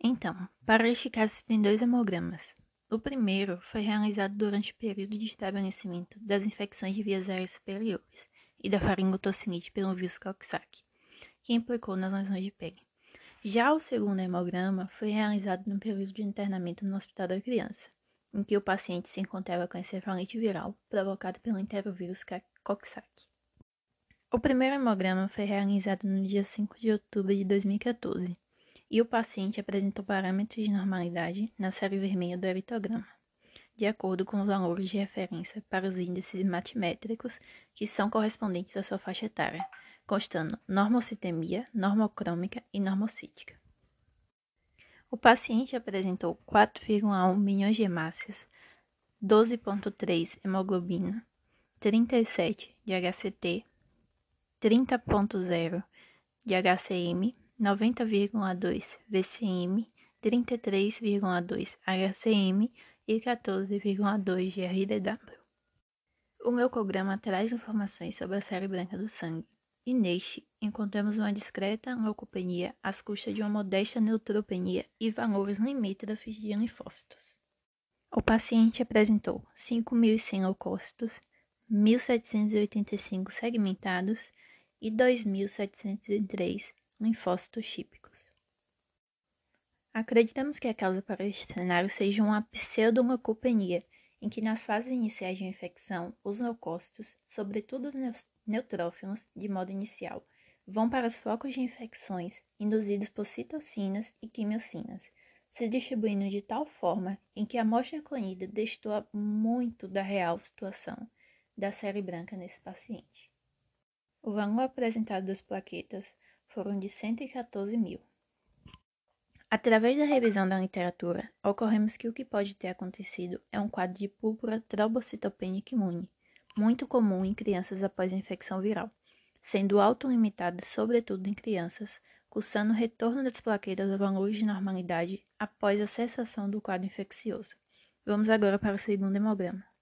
Então, para este caso se tem dois hemogramas. O primeiro foi realizado durante o período de estabelecimento das infecções de vias aéreas superiores e da faringotocinite pelo vírus Coxsackie, que implicou nas lesões de pele. Já o segundo hemograma foi realizado no período de internamento no Hospital da Criança, em que o paciente se encontrava com encefalite viral provocada pelo enterovírus Coxsackie. O primeiro hemograma foi realizado no dia 5 de outubro de 2014 e o paciente apresentou parâmetros de normalidade na série vermelha do eritograma, de acordo com os valores de referência para os índices matimétricos que são correspondentes à sua faixa etária, constando normocitemia, normocrômica e normocítica. O paciente apresentou 4,1 milhões de hemácias, 12,3 hemoglobina, 37 de HCT, 30,0 de HCM, 90,2 VCM, 33,2 HCM e 14,2 de RDW. O leucograma traz informações sobre a série branca do sangue, e neste encontramos uma discreta leucopenia às custas de uma modesta neutropenia e valores limítrofes de linfócitos. O paciente apresentou 5.100 leucócitos, 1.785 segmentados e 2.703 linfócitos típicos. Acreditamos que a causa para este cenário seja uma pseudoleucopenia, em que nas fases iniciais de infecção, os leucócitos, sobretudo os neutrófilos, de modo inicial, vão para os focos de infecções induzidos por citocinas e quimiocinas, se distribuindo de tal forma em que a amostra colhida destoa muito da real situação da série branca nesse paciente. O valor apresentado das plaquetas foram de 114.000. Através da revisão da literatura, ocorremos que o que pode ter acontecido é um quadro de púrpura trombocitopênica imune, muito comum em crianças após a infecção viral, sendo autolimitada sobretudo em crianças, cursando o retorno das plaquetas a valores de normalidade após a cessação do quadro infeccioso. Vamos agora para o segundo hemograma.